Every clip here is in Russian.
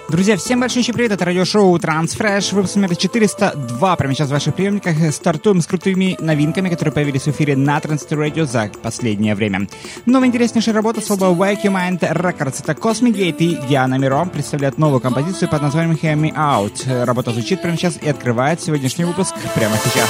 Друзья, всем большой привет, это радиошоу Transfresh, выпуск номер 402. Прямо сейчас в ваших приемниках стартуем с крутыми новинками, которые появились в эфире на Transistor Radio за последнее время. Новая интереснейшая работа с лейбла Wake Your Mind Records. Это Cosmic Gate и Диана Миро представляют новую композицию под названием Hear Me Out. Работа звучит прямо сейчас и открывает сегодняшний выпуск прямо сейчас.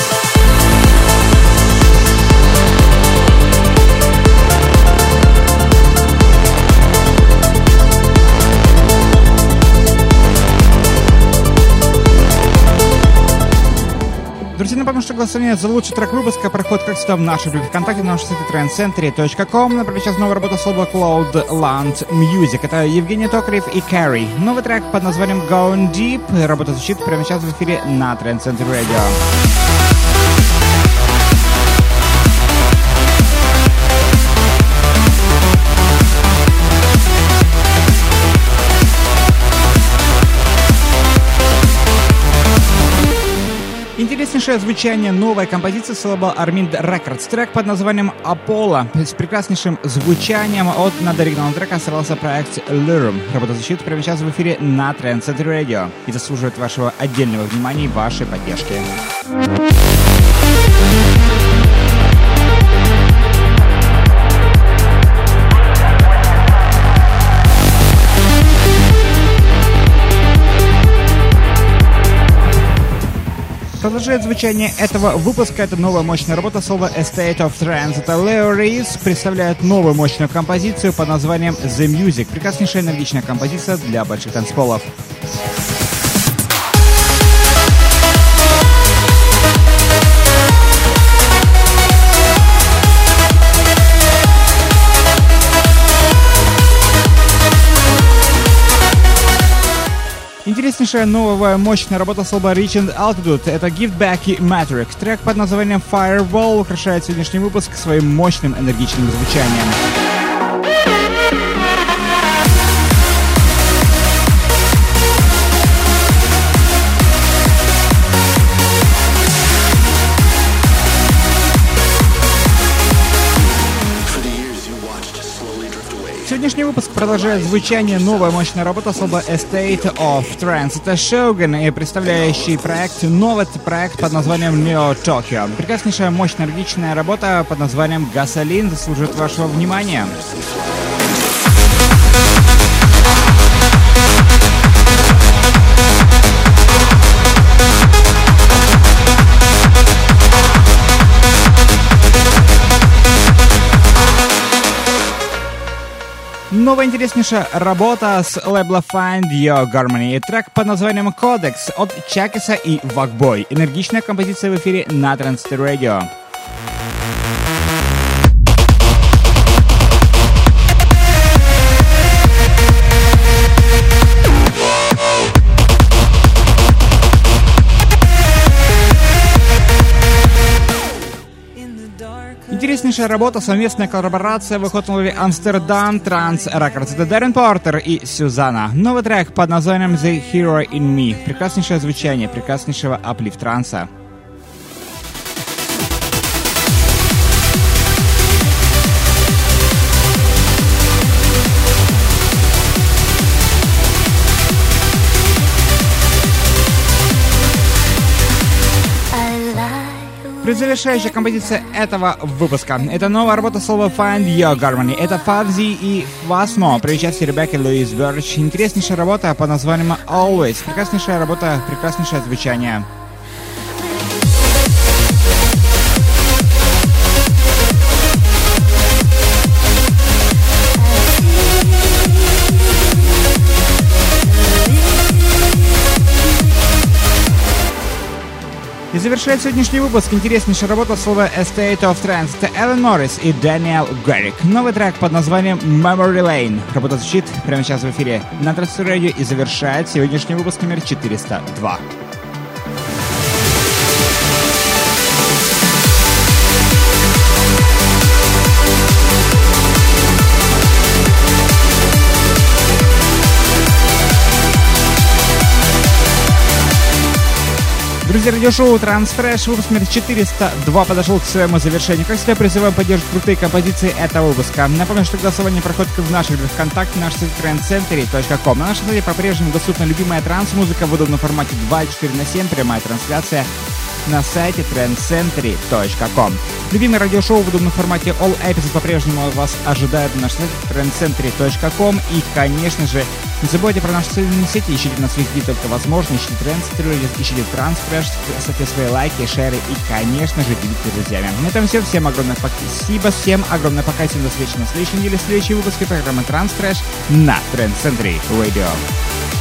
Друзья, напомню, что голосование за лучший трек выпуска проходит, как всегда, в нашей группе ВКонтакте, на нашем сайте trendcentury.com. Например, сейчас новая работа с лейбла Cloudland Music. Это Евгений Токарев и Carrie. Новый трек под названием Going Deep. Работа звучит прямо сейчас в эфире на Trend Center Radio. Интереснейшее звучание новой композиции с лейбла Armin Records. Трек под названием Apollo с прекраснейшим звучанием от над оригинального трека сорвался проект Lurum. Работа звучит прямо сейчас в эфире на Trend Center Radio и заслуживает вашего отдельного внимания и вашей поддержки. Продолжает звучание этого выпуска. Это новая мощная работа слова Estate of Trance. Это Leo Reis представляет новую мощную композицию под названием The Music. Прекраснейшая энергичная композиция для больших танцполов. Интереснейшая новая мощная работа с лейбла Reach and Altitude. Это Give Back и Matrix. Трек под названием Fireball украшает сегодняшний выпуск своим мощным энергичным звучанием. Сегодняшний выпуск продолжает звучание новая мощная работа с лейбла Estate of Trance. Это Shogun, и представляющий новый проект под названием Neo Tokyo. Прекраснейшая мощная энергичная работа под названием Gasoline заслуживает вашего внимания. Новая интереснейшая работа с лейбла Find Your Harmony. Трек под названием Codex от Чакиса и Вакбой. Энергичная композиция в эфире на Transistor Radio. Интереснейшая работа, совместная коллаборация выходит на лейбле Amsterdam Trance Records. Это Дэрен Портер и Сюзанна. Новый трек под названием The Hero in Me. Прекраснейшее звучание, прекраснейшего аплифт-транса. Завершающая композиция этого выпуска. Это новая работа слова Find Your Harmony. Это Fuzzy и Fasmo при участии Ребекки Луис Бёрч. Интереснейшая работа под названием Always. Прекраснейшая работа, прекраснейшее звучание. И завершает сегодняшний выпуск интереснейшая работа слова Estate of Trance. Это Эллен Моррис и Дэниел Гаррик. Новый трек под названием Memory Lane. Работа звучит прямо сейчас в эфире на Transistor Radio и завершает сегодняшний выпуск номер 402. Друзья, радиошоу Transfresh, выпуск номер 402 подошел к своему завершению. Как всегда, призываем поддерживать крутые композиции этого выпуска. Напомню, что голосование проходит в наших группах ВКонтакте, наш сайт trendcentury.com. На нашем сайте по-прежнему доступна любимая транс-музыка в удобном формате 24/7, прямая трансляция на сайте trendcentury.com. Любимое радиошоу в удобном формате All Episodes по-прежнему вас ожидает на нашем сайте trendcentury.com. И, конечно же, не забывайте про наши социальные сети, ищите нас везде только возможно, ищите Trendcentury, ищите Transfresh, ставьте свои лайки, шеры и, конечно же, делитесь с друзьями. На этом все. Всем огромное спасибо, всем огромное пока, всем до встречи на следующей неделе, следующий выпуск программы Transfresh на Trendcentury Radio.